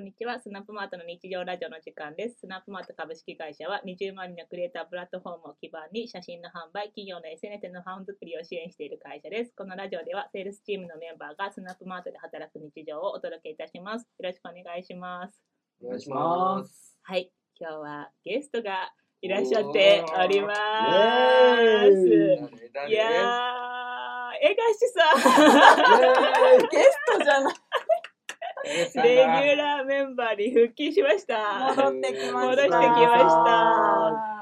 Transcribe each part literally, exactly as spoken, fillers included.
んにちは。スナップマートの日常ラジオの時間です。スナップマート株式会社はにじゅうまんにんのクリエイタープラットフォームを基盤に写真の販売、企業の エスエヌエス のファン作りを支援している会社です。このラジオではセールスチームのメンバーがスナップマートで働く日常をお届けいたします。よろしくお願いします。 お願いします。 はい、今日はゲストがいらっしゃっております。いやー、江頭さんゲストじゃないレギュラーメンバーに復帰しました。 戻ってきました。 戻してきました。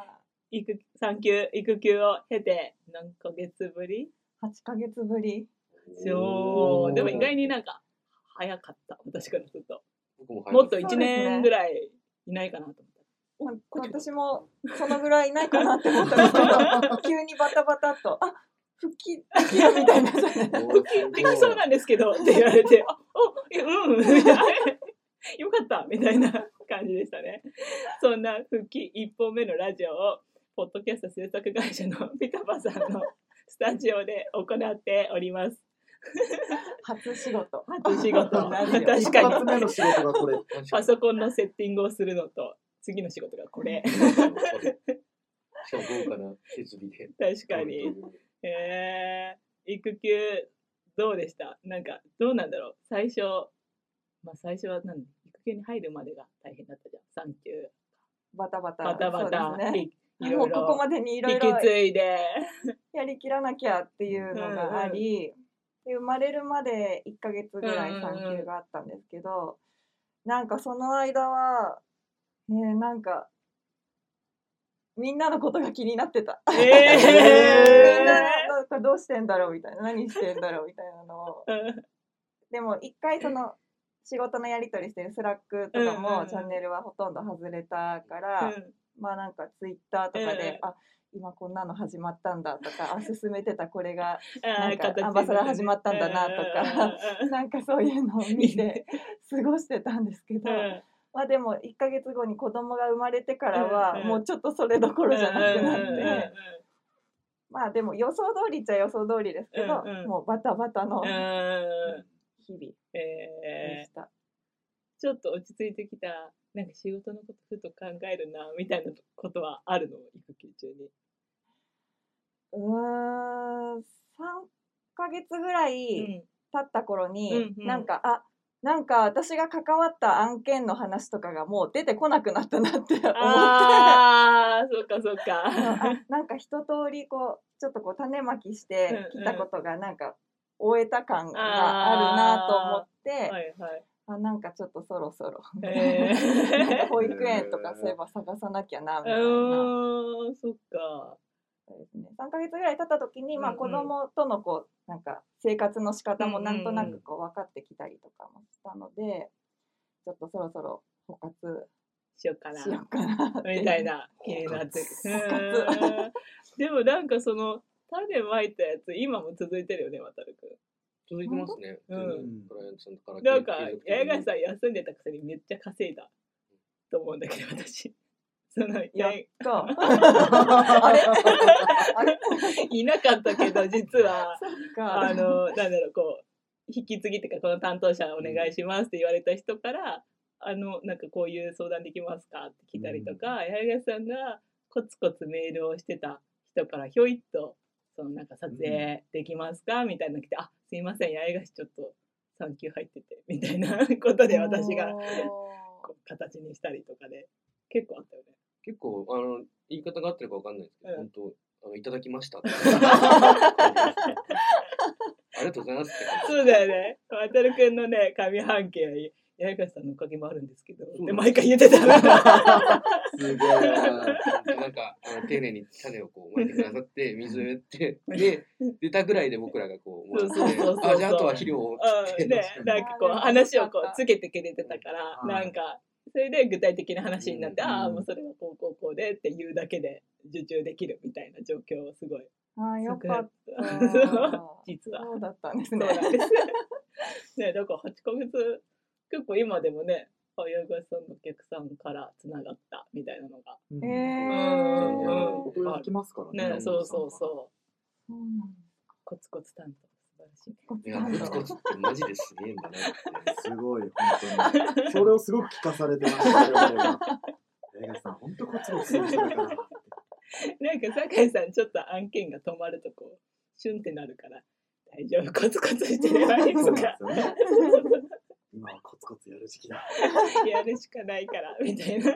育産休育休を経て何ヶ月ぶり？ はちかげつぶり。 そう。でも意外になんか早かった。私からすると。もっといちねんぐらいいないかなと思った。 私もそのぐらいいないかなって思ったんですけど、急にバタバタっと、あ、復帰できるみたいな。復帰できそうなんですけどって言われて、あ、お、うん、よかったみたいな感じでしたね。そんな復帰一本目のラジオをポッドキャスト制作会社のピタパさんのスタジオで行っております。 初仕事。 初仕事。確かに。 一発目の仕事がこれ。 パソコンのセッティングをするのと次の仕事がこれ。 しかも豪華な設備で。 確かに。えー、育休どうでした？なんかどうなんだろう。最初、まあ最初は何？育休に入るまでが大変だったじゃん。産休。 バタバタ。 バタバタ。 ね、 いろいろもうここまでにいろいろ引き継いでやりきらなきゃっていうのがあり、うんうん、で生まれるまでいっかげつぐらい産休があったんですけど、うんうん、なんかその間はね、なんかみんなのことが気になってた。えー、みんななんかどうしてんだろうみたいな、何してんだろうみたいなのを。でも一回その仕事のやり取りしてるスラックとかもチャンネルはほとんど外れたから、うん、まあなんかツイッターとかで、うん、あ、今こんなの始まったんだとか、あ、進めてたこれがなんかアンバサダー始まったんだなとか、なんかそういうのを見て過ごしてたんですけど。うんまあでもいっかげつごに子供が生まれてからはもうちょっとそれどころじゃなくなってまあでも予想通りっちゃ予想通りですけどもうバタバタの日々でした。 ちょっと落ち着いてきたなんか仕事のことふと考えるなみたいなことはあるの育休中に？ うーんさんかげつぐらい経った頃になんかあなんか私が関わった案件の話とかがもう出てこなくなったなって思ってああそうかそうかあなんか一通りこうちょっとこう種まきしてきたことがなんか終えた感があるなと思って、はいはい、あなんかちょっとそろそろ、えー、なんか保育園とかそういえば探さなきゃなみたいな。 そっかそうですね、さんかげつぐらい経った時に、まあ、子供とのこうなんか生活の仕方もなんとなくこう分かってきたりとかもしたので、ちょっとそろそろ補活しようかなしようかなみたいな気になってる。でもなんかその種まいたやつ今も続いてるよね、渡るくん。 続いてますね。 うん。なんか八重樫さん休んでたくせにめっちゃ稼いだと思うんだけど私。そのやったあれあれいなかったけど実はあのなんだろうこう引き継ぎっていうかこの担当者お願いしますって言われた人から、うん、あのなんかこういう相談できますかって聞いたりとか、八重樫さんがコツコツメールをしてた人からひょいっとそのなんか撮影できますか、うん、みたいなの来て、あすいません八重樫ちょっと産休入っててみたいなことで私がこう形にしたりとかで結構あったよね。 結構あの言い方が合ってるかわかんないですけど、うん、本当あのいただきましたってありがとうございますってそうだよね。渡るくんのね上半期は八重樫さんのおかげもあるんですけどって毎回言ってたすごいなんかあの丁寧に種をこうまいてくださって水をやってで出たぐらいで僕らがこうもらってあじゃああとは肥料をってねなんかこう話をこうつけてくれてたからなんかそれで具体的な話になって、うん、ああもうそれはこうこうこうでっていうだけで受注できるみたいな状況をすごいああよかった実はそうだったんですね。 そうなんですねだからはちかげつ結構今でもね八重樫さんのお客さんからつながったみたいなのが、 うん、えー、 お問い合わせ来ますからね。 ねそうそうそう、うん、コツコツ担当素晴いやコツコツってマジですげえんだなってすごい本当にそれをすごく聞かされてましたよ俺は映画さん本当コツコツする人だからなんか酒井さんちょっと案件が止まるとこうシュンってなるから大丈夫コツコツしてればいいとそうかなんですよね今はコツコツやる時期だやるしかないからみたいな。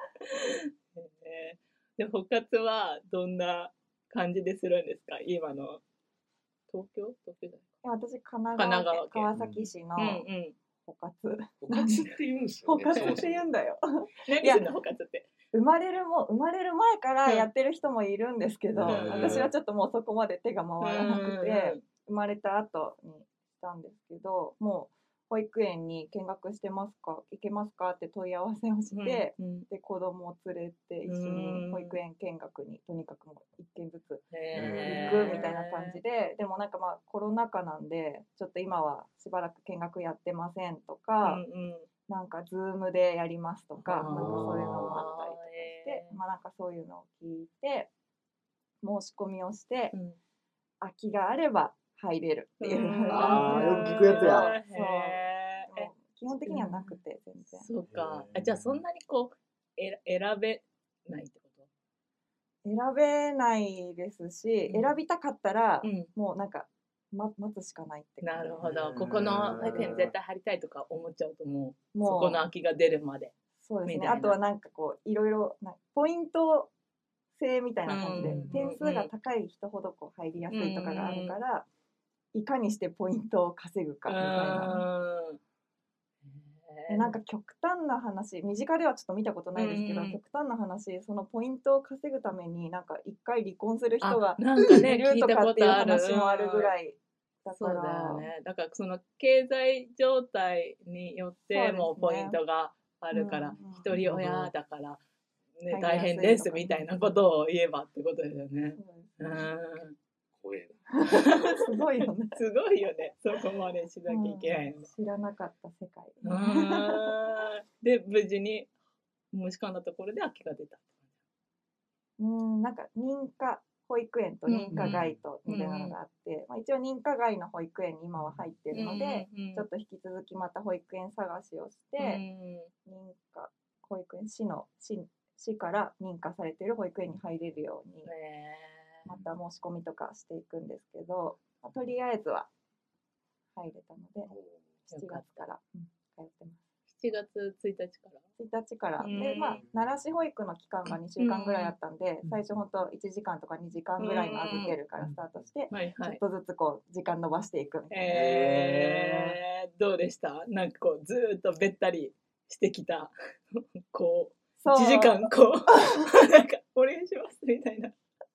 で補活はどんな感じでするんですか今の東京東京じゃない私神奈川県川崎市のうんうん補活、 補活って言うんですよね補活って言うんだよ何するの補活って生まれるも生まれる前からやってる人もいるんですけど、 うん私はちょっともうそこまで手が回らなくて、 うんうん生まれた後にしたんですけど、もう保育園に見学してますか行けますかって問い合わせをして、 うんうんで子供を連れて一緒に保育園見学にとにかくもう一軒ずつへー行くみたいな感じで、でもなんかまあコロナ禍なんでちょっと今はしばらく見学やってませんとか、 うんうんなんかズームでやりますとか、 あーなんかそういうのもあったりとかして、まあなんかそういうのを聞いて申し込みをして、 うん空きがあれば入れるっていう感じなんですけど、 あーよく聞くやつやそうへーでも基本的にはなくて全然。 そうかへーあじゃあそんなにこうえ選べないってこ選べないですし、 うん選びたかったら、 うんもうなんか、ま、待つしかないってと感じ。 なるほどうんここの保育園に絶対入りたいとか思っちゃうともうもうそこの空きが出るまでそうですね。 みたいなあとはなんかこういろいろなポイント制みたいな感じで、 うん点数が高い人ほどこう入りやすいとかがあるから、いかにしてポイントを稼ぐかみたいな。 うんでなんか極端な話、身近ではちょっと見たことないですけど、 うん極端な話、そのポイントを稼ぐためになんか一回離婚する人があなんかねいるとかっていう聞いたことある話もあるぐらいだかそうだら。 よねだからその経済状態によってもうポイントがあるからうんうん一人親だから、ね、 入り大やすいとか変ですみたいなことを言えばってことですよね。 そうですうん怖えすごいよね。 すごいよねそこまでしなきゃいけないの。 うん知らなかった世界。 うんで無事に申し込んだところで空きが出た。 うんなんか認可保育園と認可外とみたいなのがあって、まあ、一応認可外の保育園に今は入ってるので、 うんうんうんちょっと引き続きまた保育園探しをして、 うん認可保育園市の市市から認可されている保育園に入れるようにへーまた申し込みとかしていくんですけど、まあとりあえずは入れたのでしちがつから、うん通ってます。 しちがつついたちからついたちから、 うんでまあ奈良市保育の期間がにしゅうかんぐらいあったんで、 うん最初ほんといちじかんとかにじかんぐらいの預けるからスタートして、 はいはいちょっとずつこう時間伸ばしていくみたいな。 えー、どうでしたなんかこうずーっとべったりしてきたこうそういちじかんこうなんかお願いしますみたいな。 い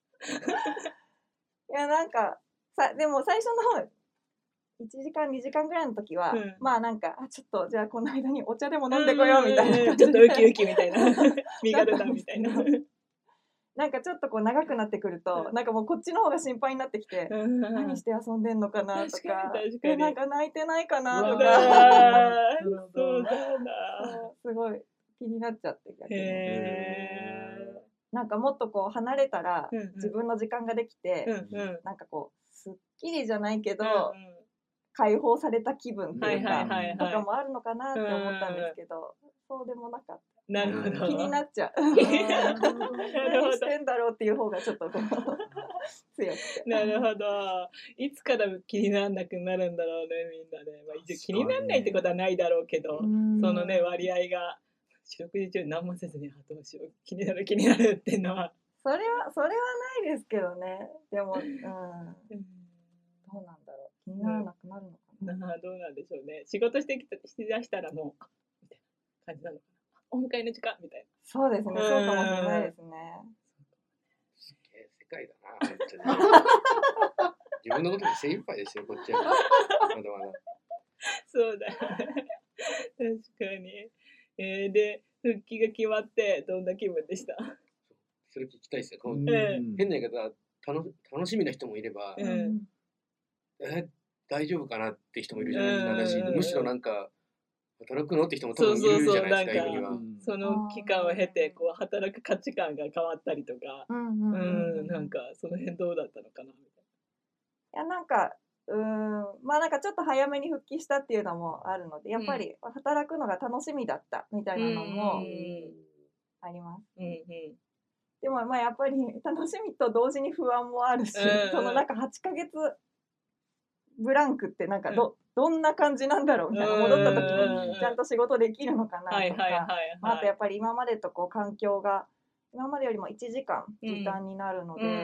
やなんかさでも最初の方いちじかんにじかんぐらいの時は、 うんまあなんかあちょっとじゃあこの間にお茶でも飲んでこようみたいな感じでちょっとウキウキみたいな身軽だみたいな。 なんかちょっとこう長くなってくると、なんかもうこっちの方が心配になってきて、何して遊んでんのかなと確かかに確かにでなんか泣いてないかなとうかわーそうだな。 そうすごい気になっちゃって逆に。 へなんかもっとこう離れたらうんうん自分の時間ができて、 ーうんうんなんかこうすっきりじゃないけど、 うんうん解放された気分っていうかはいはいはいはいとかもあるのかなって思ったんですけど、そうでもなかっなるほど。 た。気になっちゃう。 なるほど何してんだろうっていう方がちょっとこう強くて。 なるほど。いつから気にならなくなるんだろうね、みんなね。まあ、一応気にならないってことはないだろうけど、 うんそのね、割合が四六時中何もせずに、あ、どうしよう、気になる気になるっていうのは。 それはそれはないですけどね。でも、うん、どうんうなんだろう。気にならなくなるのかな。 なあどうなんでしょうね。仕事してきたして出したらもう、あみたいな感じなのかな。お迎えの時間みたいそうですね。 うんそうかもしれないですね。 すげえ世界だな本当に自分のことで精一杯ですよこっちはまだまだな。そうだよね。確かに。えー、で、復帰が決まって、どんな気分でした？ それ聞きたいですよ、こううん変な言い方楽楽しみな人もいれば、 うんえ大丈夫かなって人もいるじゃうんないですか、だしむしろなんか働くのって人も多分いそうそうそうるじゃないですか、 なんか今には。 その期間を経てこう働く価値観が変わったりとか、 うんうんううんうんん、なんかその辺どうだったのかなみいやなんかうーんまあなんかちょっと早めに復帰したっていうのもあるのでやっぱり働くのが楽しみだったみたいなのもあります。 うんうんでもまあやっぱり楽しみと同時に不安もあるし、 うん、 そのなんかはちかげつブランクってなんか ど,、うん、どんな感じなんだろうみたいな、戻った時にちゃんと仕事できるのかなとか、あとやっぱり今までとこう環境が今までよりもいちじかん時短になるので、うんうん、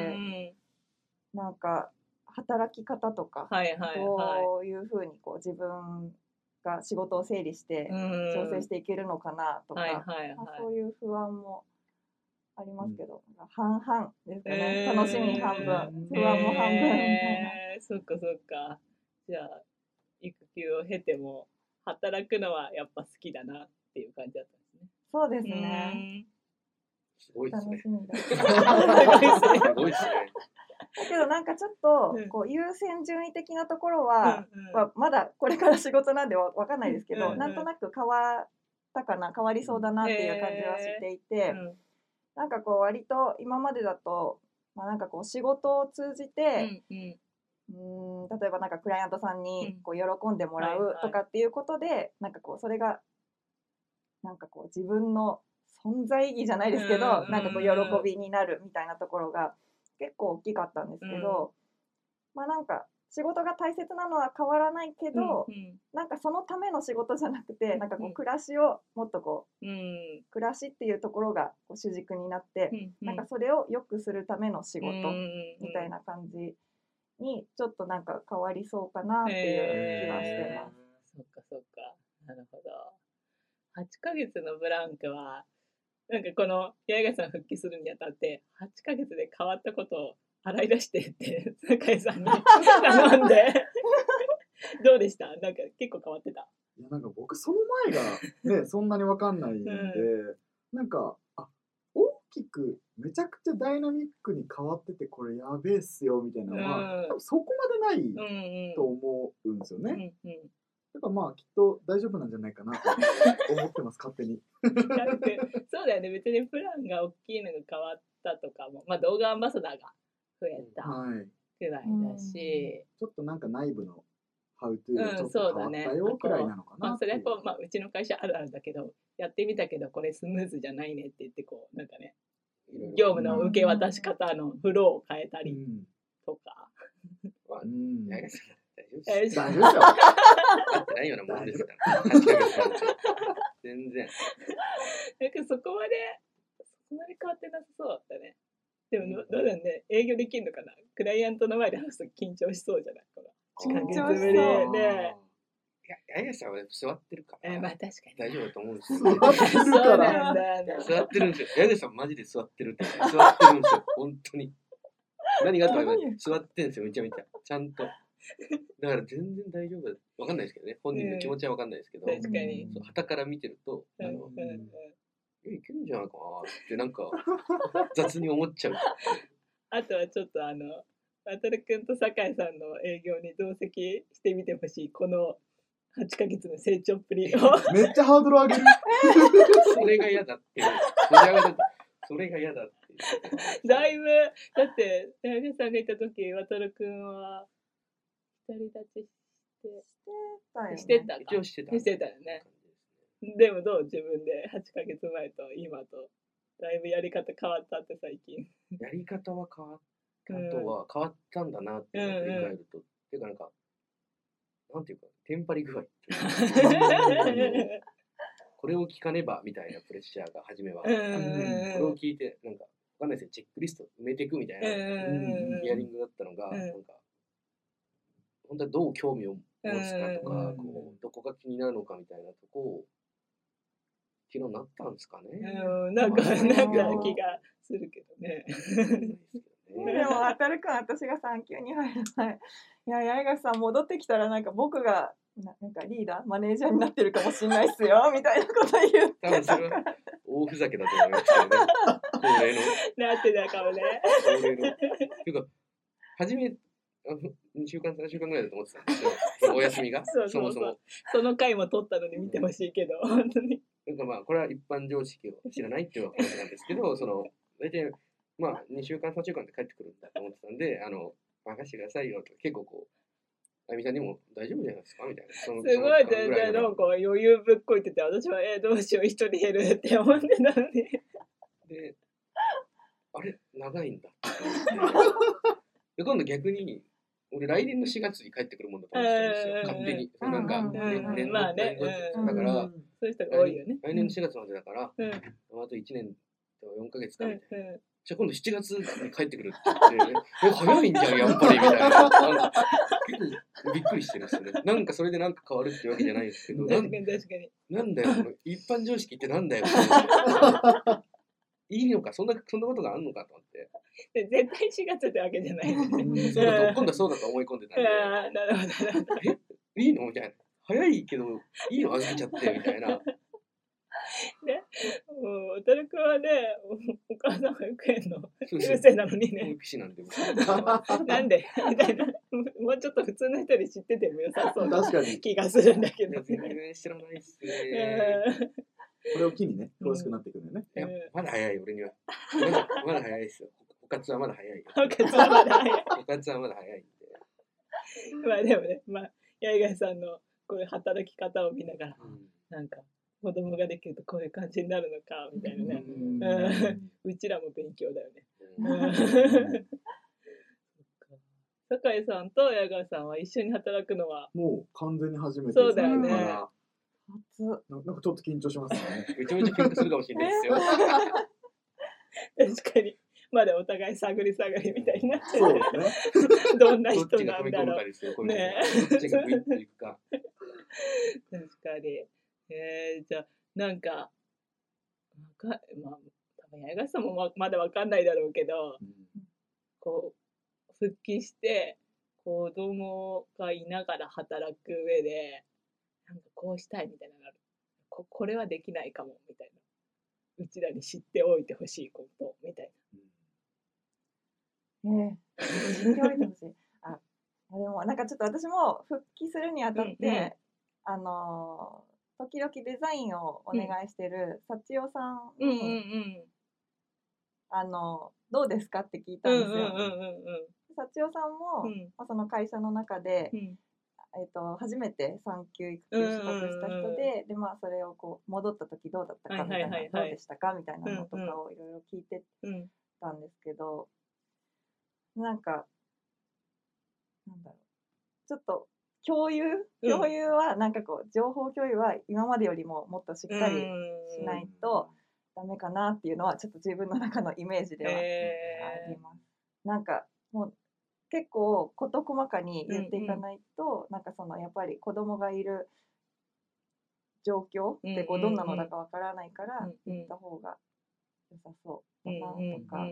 なんか働き方とか、はいはいはい、どういうふうにこう自分が仕事を整理して調整していけるのかなとか、はいはいはい、まあ、そういう不安もありますけど、うん、半々ですかね、えー、楽しみ半分、不安も半分みたいな、 えー、そっかそっか。じゃあ育休を経ても働くのはやっぱ好きだなっていう感じだったんですね。 そうですね。 すごいですね。 楽しみだ。 すごいですね。 だけどなんかちょっとこう優先順位的なところは、うんうん、まあ、まだこれから仕事なんでわかんないですけど、うんうん、なんとなく変わったかな変わりそうだなっていう感じはしていて、うん、なんかこう割と今までだと、まあ、なんかこう仕事を通じて、うんうん、うーん例えばなんかクライアントさんにこう喜んでもらうとかっていうことで、うんはいはい、なんかこうそれがなんかこう自分の存在意義じゃないですけど、うん、なんかこう喜びになるみたいなところが結構大きかったんですけど、うん、まあなんか仕事が大切なのは変わらないけど、うんうん、なんかそのための仕事じゃなくて、なんかこう暮らしをもっとこう、うん、暮らしっていうところがこう主軸になって、うんうん、なんかそれを良くするための仕事みたいな感じにちょっとなんか変わりそうかなっていう気はしてます。 そっかそっか、なるほど。はちかげつのブランクはなんかこの八重樫さん復帰するにあたってはちかげつで変わったことを洗い出してって酒井さんに頼んでどうでした？なんか結構変わってた？ いやなんか僕その前がねそんなに分かんないんで、うん、なんかあ大きくめちゃくちゃダイナミックに変わっててこれやべえっすよみたいなのは、うん、多分そこまでないと思うんですよね。うんうん、だからまあきっと大丈夫なんじゃないかなと思ってます勝手に。 そうだよね、別にプランが大きいのが変わったとかも、まあ、動画アンバサダーが増えたくらいだし、はい、 ちょっとなんか内部のハウトゥーがちょっと変わったよくらいなのかな、 うん、そうだね。まあ、それはこう、まあ、うちの会社あるあるだけどやってみたけどこれスムーズじゃないねって言ってこうなんかね業務の受け渡し方のフローを変えたりとか、 うんうん大丈夫ですよ。 合ってないようなもんですから。全然。 なんかそこまでそこまで変わってなさそうだね。でもどうだね、営業できるのかな。クライアントの前で話すと緊張しそうじゃない。この緊張しそう。ね。 いや、八重樫さんは座ってるから。 えー、まあ確かに大丈夫だと思うんですよ。座ってるから。座ってるんですよ。八重樫さんマジで座ってるって。座ってるんですよ。本当に。何があったか座ってるんですよ。めちゃめちゃちゃんと。だから全然大丈夫だ。わかんないですけどね。本人の気持ちはわかんないですけど。 確かに。 旗から見てると、あの、うんうんえ、いけるんじゃないかなってなんか雑に思っちゃう。 あとはちょっとあの、渡るくんと酒井さんの営業に同席してみてほしい。このはちかげつの成長っぷりを。 めっちゃハードル上げる。 それが嫌だって。それが嫌だって。 だいぶ、だって、八重樫さんがいた時、渡るくんは独り立ちして、してた、ね、 一応してた。 してたよね。でもどう自分ではちかげつまえと今とだいぶやり方変わったって最近。 やり方は変わったとは変わったんだなっていうのを振り返ると、うんうん、っていうかなんかなんていうかテンパり具合っていうこれを聞かねばみたいなプレッシャーが初めは、うんうんうん、これを聞いてなんかわかんないですよチェックリスト埋めていくみたいな、うんうん、ヒアリングだったのが、うん、なんか本当はどう興味を持つかとか、うん、こうどこが気になるのかみたいなとこを昨日なったんですかね。 うん、なんか、なんか気がするけどね。 でも、あたるくん、私が産休に入る前、いや、八重樫さん戻ってきたら、なんか僕が、なんかリーダー、マネージャーになってるかもしれないっすよ、みたいなこと言ってたから。多分それは大ふざけだと思いますけどね。恒例の。 なってたかもね。 恒例の。ていうか、初め、にしゅうかん、さんしゅうかんぐらいだと思ってたんですよ。お休みが。 そうそうそうそもそも。その回も取ったので見てほしいけど、本当に。 なんかまあこれは一般常識を知らないっていう話なんですけど、その大体まあにしゅうかんさんしゅうかんで帰ってくるんだと思ってたんで、あの任せてくださいよと結構こあゆみさんにも大丈夫じゃないですかみたいな。そのすごい全然なんか余裕ぶっこいてて、私はえー、どうしよう一人減るって思ってたのに。 で、あれ長いんだで今度逆に俺来年のしがつに帰ってくるもんだと思ってたんですよ、 うん勝手に。 うんなんか、 うんねうん年まあねだから、 そういう人が多いよね。 来年のしがつまでだから、 うんあといちねんとよんかげつかうんみたいな。 うじゃあ今度しちがつに帰ってくるって言って、え、早いんじゃん、やっぱりみたいな。なんか結構びっくりしてるんですよね。なんかそれでなんか変わるってわけじゃないですけど、 ん。 なん確かに確かに。 なんだよ、この一般常識ってなんだよ。いいのか、そんな、そんなことがあるのかと思って。 で絶対しがつってわけじゃないよね。 うんそうだと、今度はそうだと思い込んでたんで、 あーなるほどなるほど。 え、いいのみたいな。早いけど、いいの預けちゃってみたいな。 ね、もう、おたるくんはね、おお母さん保育園のそう先生なのに保ね、 育士なんで、僕なんでみたいな、もうちょっと普通の人に知ってても良さそうな確かに気がするんだけど全ね。 然知らないっすね。 これを機にね詳しくなっていくんだよね。 いやまだ早い、俺には。まだまだ早いですよ。補活はまだ早いよ。 補活はまだ早い。 補活はまだ早いんで。 まあでもね、まあ、八重樫さんのこういう働き方を見ながら、 うんなんか、子供ができるとこういう感じになるのか、みたいなね。 うんうんうちらも勉強だよね。 うんうんそっか酒井さんと八重樫さんは一緒に働くのは、 もう完全に初めてそうだよねから初。 ななんかちょっと緊張しますね。 めちゃめちゃ喧嘩するかもしれないですよ。 確かに、まだお互い探り探りみたいになっちゃそうう。 ですね。 どんなどっ人ちが踏み込むなんだろう。 かですよ。こういうのねどっちがグイッといくか。 確かに。えー、じゃあ、なんか、わかまあ、多分八重樫さんもままだわかんないだろうけど、こう、復帰して、子供がいながら働く上で、なんかこうしたいみたいなのがある。ここれはできないかも、みたいな。うちらに知っておいてほしいこと、みたいええ知っておいてほしい。あ、でもなんかちょっと私も復帰するにあたって、 うんうんあのー時々デザインをお願いしてる幸代さんな。うんに、 うんうん。 あのーどうですかって聞いたうんんですよ。 うんうんうん幸代さんも、 うんまあ、その会社の中で、 うん。 えっと初めて産休育休取得した人で、でまあそれをこう戻った時どうだったかみたいな、 はいはいはいはいどうでしたかみたいなのとかをいろいろ聞いてうんたんですけど、なんかなんだろう、ちょっと共有うん共有はなんかこう情報共有は今までよりももっとしっかりしないとダメかなっていうのはちょっと自分の中のイメージではあえります。なんかもう結構事細かに言っていかないと、なんかそのやっぱり子供がいる状況ってこうどんなのだかわからないからうんうん言った方が良さそうー、 だなうんうんとか、そう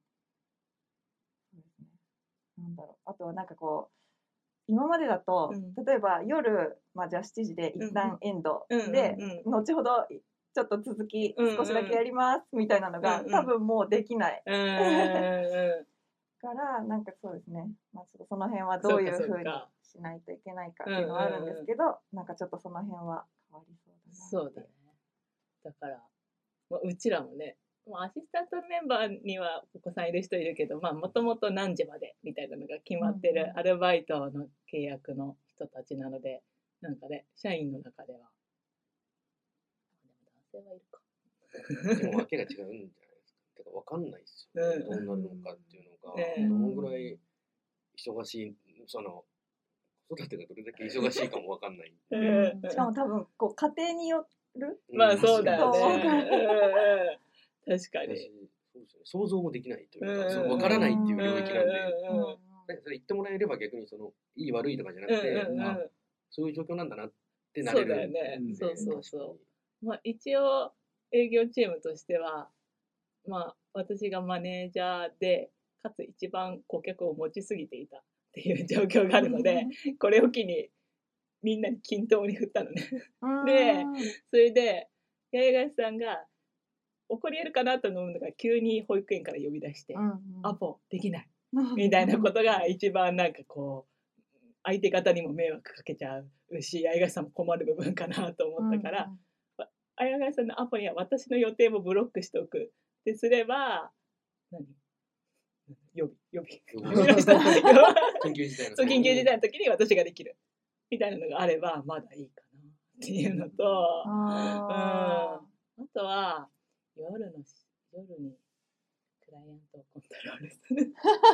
ですね。なんだろう。あとはなんかこう今までだと、 うん例えば夜、まあ、じゃあしちじで一旦エンドうんうんで、 うん後ほどちょっと続きうんうん少しだけやりますみたいなのが、 うんうん多分もうできないうんうんからなんかそうですね、まあ、ちょっとその辺はどういうふうにそうかそうかしないといけないかっていうのはあるんですけど、なんかちょっとその辺は変わりそうだなそうだね。だから、まあ、うちらもね、もうアシスタントメンバーにはお子さんいる人いるけど、まあ、もともと何時までみたいなのが決まってうんうんるアルバイトの契約の人たちなので、なんかね、社員の中では、でも男性はいるか。 でも訳が違うんじゃないですか。てか分かんないですよ、ねうんどうなるのかっていうのが、 ええどのぐらい忙しい、その子育てがどれだけ忙しいかも分かんない。 うんしかも多分こう家庭によるまあそうだよね。 そううんうん確かに。 私そうですね、想像もできないというか、 うんそう分からないっていう領域なんで、 うんうんうんなんかそれ言ってもらえれば逆にそのいい悪いとかじゃなくて、 うんうんうんあそういう状況なんだなってなれるそうだよねんでそうそうそう確かまあ、一応営業チームとしては、まあ、私がマネージャーでかつ一番顧客を持ちすぎていたっていう状況があるのでこれを機にみんなに均等に振ったのねでそれで八重樫さんが怒り得るかなと思うのが急に保育園から呼び出して「アポできない」みたいなことが一番なんかこう相手方にも迷惑かけちゃうし八重樫さんも困る部分かなと思ったから、綾貝さんのアポには私の予定もブロックしておくってすれば何予備予備予呼びました緊急事態のそう緊急事態の時に私ができるみたいなのがあればまだいいかなっていうのと、 あうん、あとは夜の夜にクライアントをコントロールする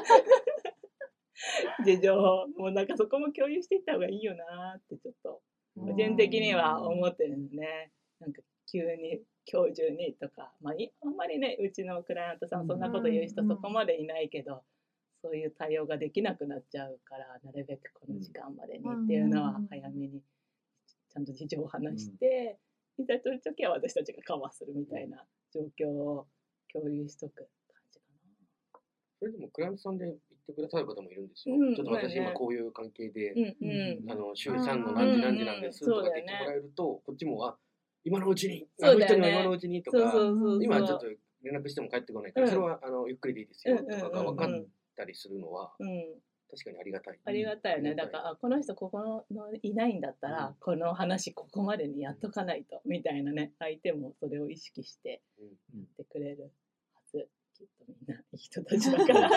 事情もうなんかそこも共有していった方がいいよなってちょっと個人的には思ってるんでね。なんか急に今日中にとか、まあ、あんまりねうちのクライアントさんそんなこと言う人そこまでいないけど、そういう対応ができなくなっちゃうからなるべくこの時間までにっていうのは早めにちゃんと事情を話して、いざという時は私たちがカバーするみたいな状況を共有しとく感じかな。 それでもクライアントさんで言ってくださる方もいるんですよ、 うん、 ちょっと私今こういう関係で、うんうん、あの週さんの何時何時なんですとかって言ってもらえると、こっちもあ今のうちに、あの人には今のうちにとか、今ちょっと連絡しても帰ってこないから、うん、それはあのゆっくりでいいですよとかが分かったりするのは、うんうん、確かにありがたい。 ありがたいよね。だからこの人ここのいないんだったら、うん、この話ここまでにやっとかないとみたいなね、相手もそれを意識してやってくれるはず。きっとみんないい人たちだから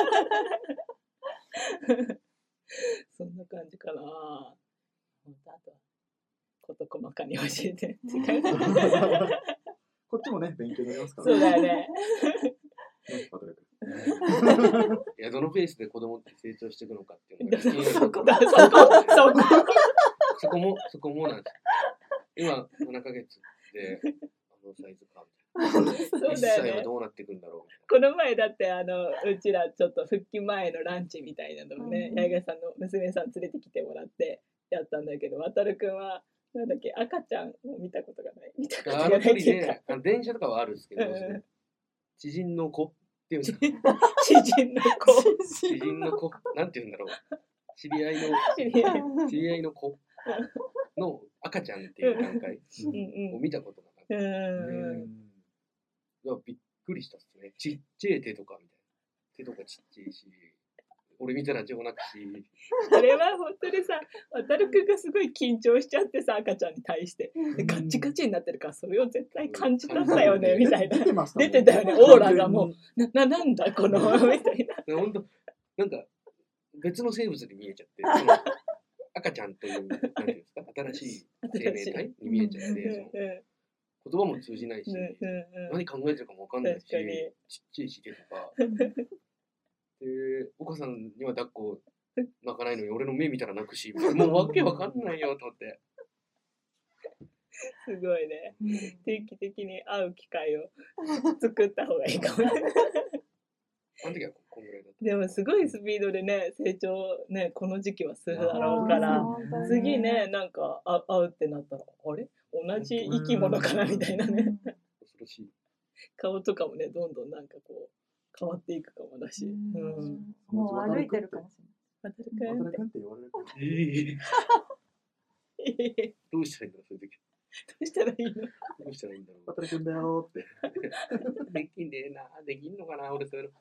そんな感じかな。本当あとはこと細かに教えてこっちもね勉強になりますからね。そうだよねいやどのペースで子供って成長していくのかっていうのがそこそこそこそこもそこもなんです。今ななかげつであのサイズかみたいな。そうだよね。いっさいはどうなっていくんだろうみたいな。この前だってあのうちらちょっと復帰前のランチみたいなのをね、八重樫さんの娘さん連れてきてもらってやったんだけど、渡るくんはなんだっけ赤ちゃんを見たことがない。見たことがないっていうか。 あの電車とかはあるんですけど、うん、知人の子っていうんですか。 知人の子。 知人の子なんていうんだろう。知り合いの知り合いの子の赤ちゃんっていう段階を見たことがなくて、うんうん、びっくりしたっすね。ちっちゃい手とかみたいな。手とかちっちゃいし。俺見たら情なくし。 あれは本当にさ、渡るくんがすごい緊張しちゃってさ、赤ちゃんに対してでガッチガチになってるから、それを絶対感じたんだよね、みたいな。出てましたね。出てたよね、オーラがもうな、な、なんだこのみたいな。 本当なんか別の生物に見えちゃって、その赤ちゃんというなんていうんですか、新しい生命体に見えちゃって、その言葉も通じないし、何考えてるかもわかんないし、ちっちゃいし手とか。でお母さんには抱っこ泣かないのに俺の目見たら泣くし、もうわけわかんないよと思って。 すごいね、うん、定期的に会う機会を作った方がいいかもね。 あの時はこんぐらいだった。 でもすごいスピードでね成長ねこの時期はするだろうから、次ねなんか会うってなったらあれ同じ生き物かなみたいなね。 恐ろしい。 顔とかもねどんどんなんかこう変わっていくかもだし、うん、 もう歩いてるかもしれない。 渡るくんって言われるかも。 えー、どうしたらいいんだろうそういう時。 どうしたらいいの？ どうしたらいいんだろう。 渡るくんだよって。 できんねえな、できんのかな俺そういうの。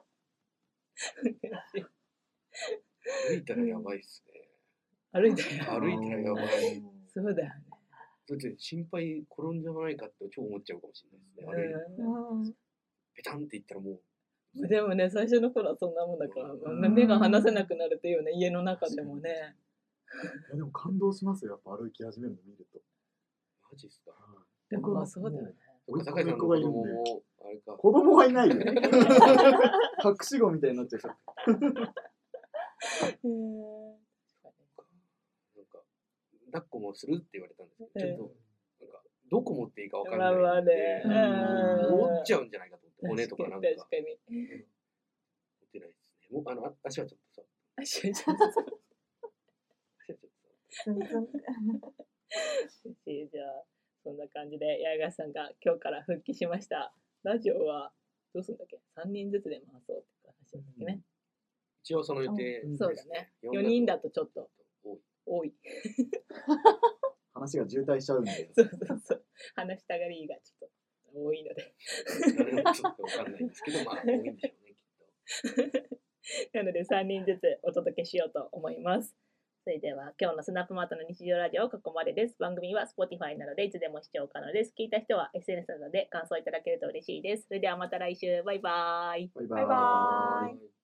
歩いたらやばいっすね。 歩いたら歩いたらやばい。 そうだよね。 だって心配転んじゃわないかって超思っちゃうかもしれないですね。歩いてペタンっていったらもう。 でもね最初の頃はそんなもんだから、うん、目が離せなくなるっていうね家の中でもね。 いやでも感動しますよやっぱ歩き始めるの見ると。 マジっすか。 でもまあそうだよね。 高井さんの子供もあれか。 子供はいないよ。隠し子みたいになっちゃう。 なんか抱っこもするって言われたんですけど、ちょっとなんかどこ持っていいかわかんないんで、 まあまあね、 折っちゃうんじゃないかと思って。骨とかなんか。 確かに。 持ってないですね。もうあの足はちょっとさ。 足はちょっとさ。 足はちょっとさ。 じゃあそんな感じで八重樫さんが今日から復帰しました。ラジオはどうするんだっけ？さんにんずつで回そうって話なんだっけね。 一応その予定、 うん、そうだね。よにんだとちょっと多い。 話が渋滞しちゃうんで。 そうそうそう。話したがりがちょっと多いので。 誰もちょっとわかんないんですけど、まあ多いんでしょうねきっと。なのでさんにんずつお届けしようと思います。それでは今日のスナップマートの日常ラジオはここまでです。番組は Spotify などでいつでも視聴可能です。聞いた人は エスエヌエス などで感想いただけると嬉しいです。それではまた来週。バイバーイ。 バイバーイ。